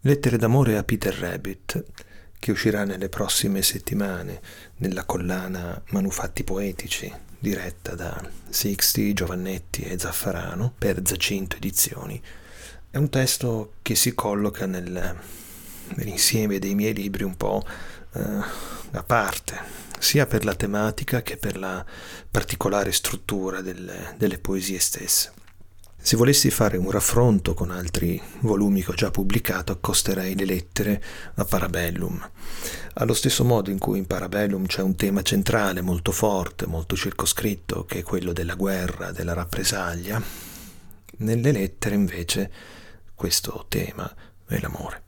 Lettere d'amore a Peter Rabbit, che uscirà nelle prossime settimane nella collana Manufatti Poetici, diretta da Sixti, Giovannetti e Zaffarano per Zacinto Edizioni. È un testo che si colloca nell'insieme dei miei libri un po' a parte, sia per la tematica che per la particolare struttura delle poesie stesse. Se volessi fare un raffronto con altri volumi che ho già pubblicato, accosterei le lettere a Parabellum. Allo stesso modo in cui in Parabellum c'è un tema centrale molto forte, molto circoscritto, che è quello della guerra, della rappresaglia, nelle lettere invece questo tema è l'amore.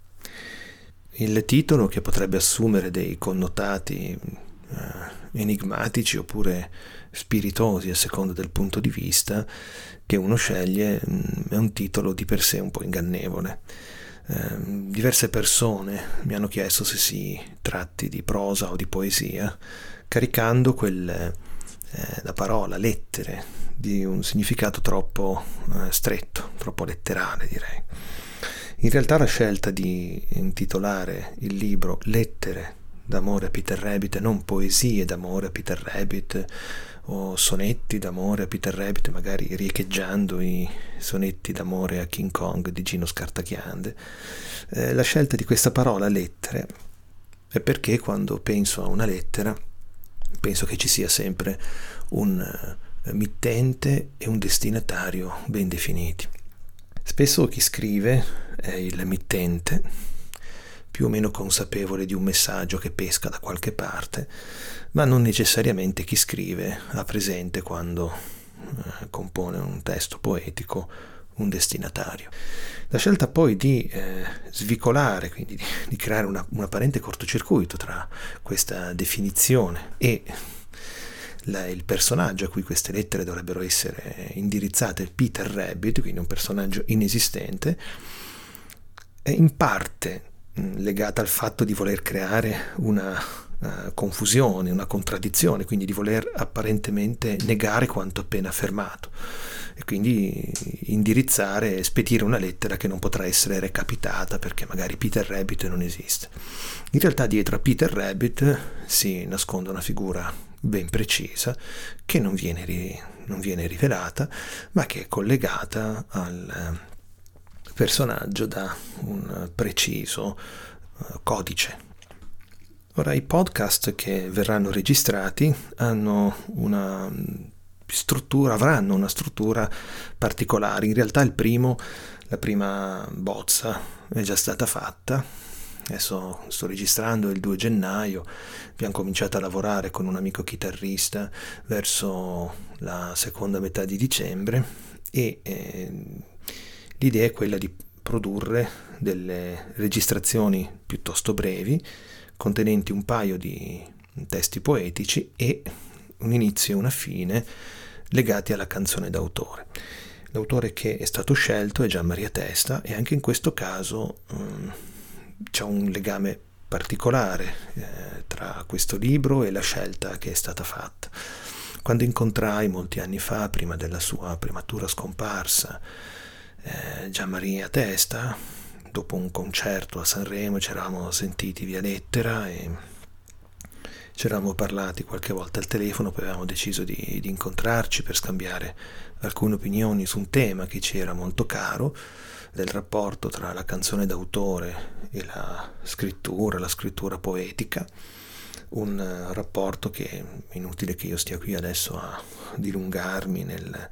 Il titolo, che potrebbe assumere dei connotati enigmatici oppure spiritosi a seconda del punto di vista che uno sceglie, è un titolo di per sé un po' ingannevole. Diverse persone mi hanno chiesto se si tratti di prosa o di poesia, caricando la parola lettere di un significato troppo stretto, troppo letterale, direi. In realtà la scelta di intitolare il libro Lettere d'amore a Peter Rabbit e non Poesie d'amore a Peter Rabbit o sonetti d'amore a Peter Rabbit, magari riecheggiando i sonetti d'amore a King Kong di Gino Scartachiande, la scelta di questa parola lettere è perché quando penso a una lettera penso che ci sia sempre un mittente e un destinatario ben definiti. Spesso chi scrive è il mittente, più o meno consapevole di un messaggio che pesca da qualche parte, ma non necessariamente chi scrive ha presente quando compone un testo poetico un destinatario. La scelta poi di svicolare, quindi di creare un apparente cortocircuito tra questa definizione e il personaggio a cui queste lettere dovrebbero essere indirizzate, Peter Rabbit, quindi un personaggio inesistente, è in parte legata al fatto di voler creare una confusione, una contraddizione, quindi di voler apparentemente negare quanto appena affermato e quindi indirizzare e spedire una lettera che non potrà essere recapitata perché magari Peter Rabbit non esiste. In realtà dietro a Peter Rabbit si nasconde una figura ben precisa che non viene rivelata, ma che è collegata al personaggio da un preciso codice. Ora, i podcast che verranno registrati avranno una struttura particolare. In realtà la prima bozza è già stata fatta. Adesso sto registrando il 2 gennaio, abbiamo cominciato a lavorare con un amico chitarrista verso la seconda metà di dicembre e l'idea è quella di produrre delle registrazioni piuttosto brevi, contenenti un paio di testi poetici e un inizio e una fine legati alla canzone d'autore. L'autore che è stato scelto è Gian Maria Testa e anche in questo caso c'è un legame particolare tra questo libro e la scelta che è stata fatta. Quando incontrai molti anni fa, prima della sua prematura scomparsa, Gian Maria Testa, dopo un concerto a Sanremo ci eravamo sentiti via lettera e ci eravamo parlati qualche volta al telefono, poi avevamo deciso di incontrarci per scambiare alcune opinioni su un tema che ci era molto caro, del rapporto tra la canzone d'autore e la scrittura poetica, un rapporto che è inutile che io stia qui adesso a dilungarmi nel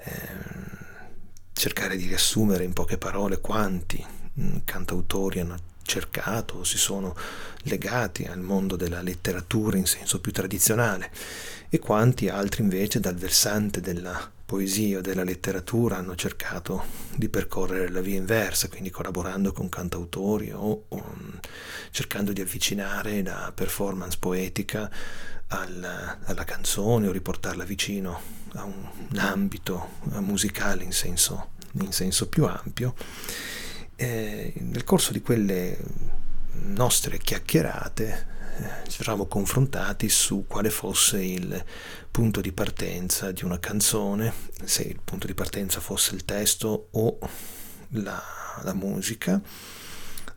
cercare di riassumere in poche parole quanti cantautori hanno cercato o si sono legati al mondo della letteratura in senso più tradizionale e quanti altri invece dal versante della poesia o della letteratura hanno cercato di percorrere la via inversa, quindi collaborando con cantautori o cercando di avvicinare la performance poetica alla canzone o riportarla vicino a un ambito musicale in senso più ampio. Nel corso di quelle nostre chiacchierate ci eravamo confrontati su quale fosse il punto di partenza di una canzone, se il punto di partenza fosse il testo o la musica,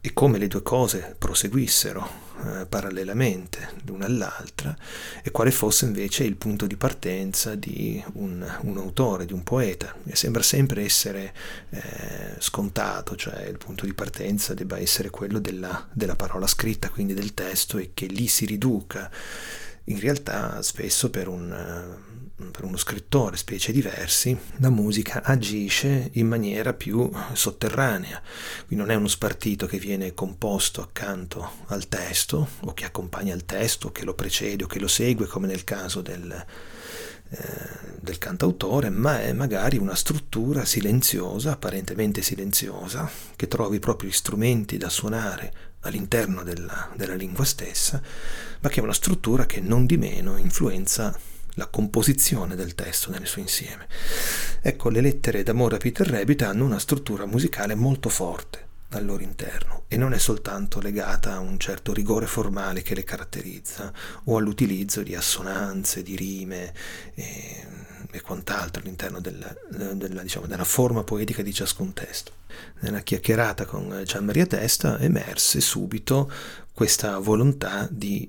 e come le due cose proseguissero parallelamente l'una all'altra, e quale fosse invece il punto di partenza di un autore, di un poeta. Mi sembra sempre essere scontato, cioè il punto di partenza debba essere quello della parola scritta, quindi del testo, e che lì si riduca. In realtà spesso per uno scrittore, specie di versi, la musica agisce in maniera più sotterranea, quindi non è uno spartito che viene composto accanto al testo, o che accompagna il testo, o che lo precede o che lo segue, come nel caso del cantautore, ma è magari una struttura silenziosa, apparentemente silenziosa, che trovi proprio gli strumenti da suonare all'interno della lingua stessa, ma che è una struttura che non di meno influenza la composizione del testo nel suo insieme. Ecco, le lettere d'amore a Peter Rabbit hanno una struttura musicale molto forte al loro interno, e non è soltanto legata a un certo rigore formale che le caratterizza, o all'utilizzo di assonanze, di rime e quant'altro all'interno della forma poetica di ciascun testo. Nella chiacchierata con Gian Maria Testa emerse subito questa volontà di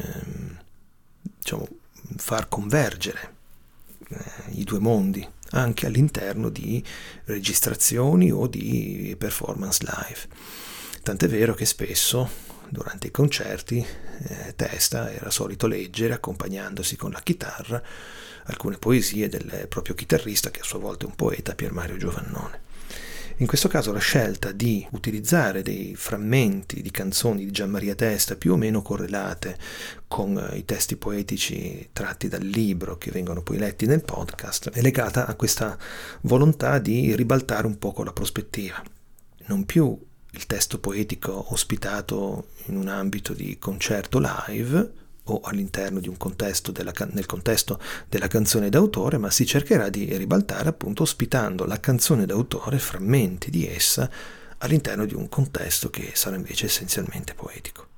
far convergere i due mondi anche all'interno di registrazioni o di performance live. Tant'è vero che spesso durante i concerti Testa era solito leggere, accompagnandosi con la chitarra, alcune poesie del proprio chitarrista, che a sua volta è un poeta, Pier Mario Giovannone. In questo caso la scelta di utilizzare dei frammenti di canzoni di Gian Maria Testa più o meno correlate con i testi poetici tratti dal libro, che vengono poi letti nel podcast, è legata a questa volontà di ribaltare un poco la prospettiva. Non più il testo poetico ospitato in un ambito di concerto live o all'interno di un contesto nel contesto della canzone d'autore, ma si cercherà di ribaltare appunto ospitando la canzone d'autore, frammenti di essa, all'interno di un contesto che sarà invece essenzialmente poetico.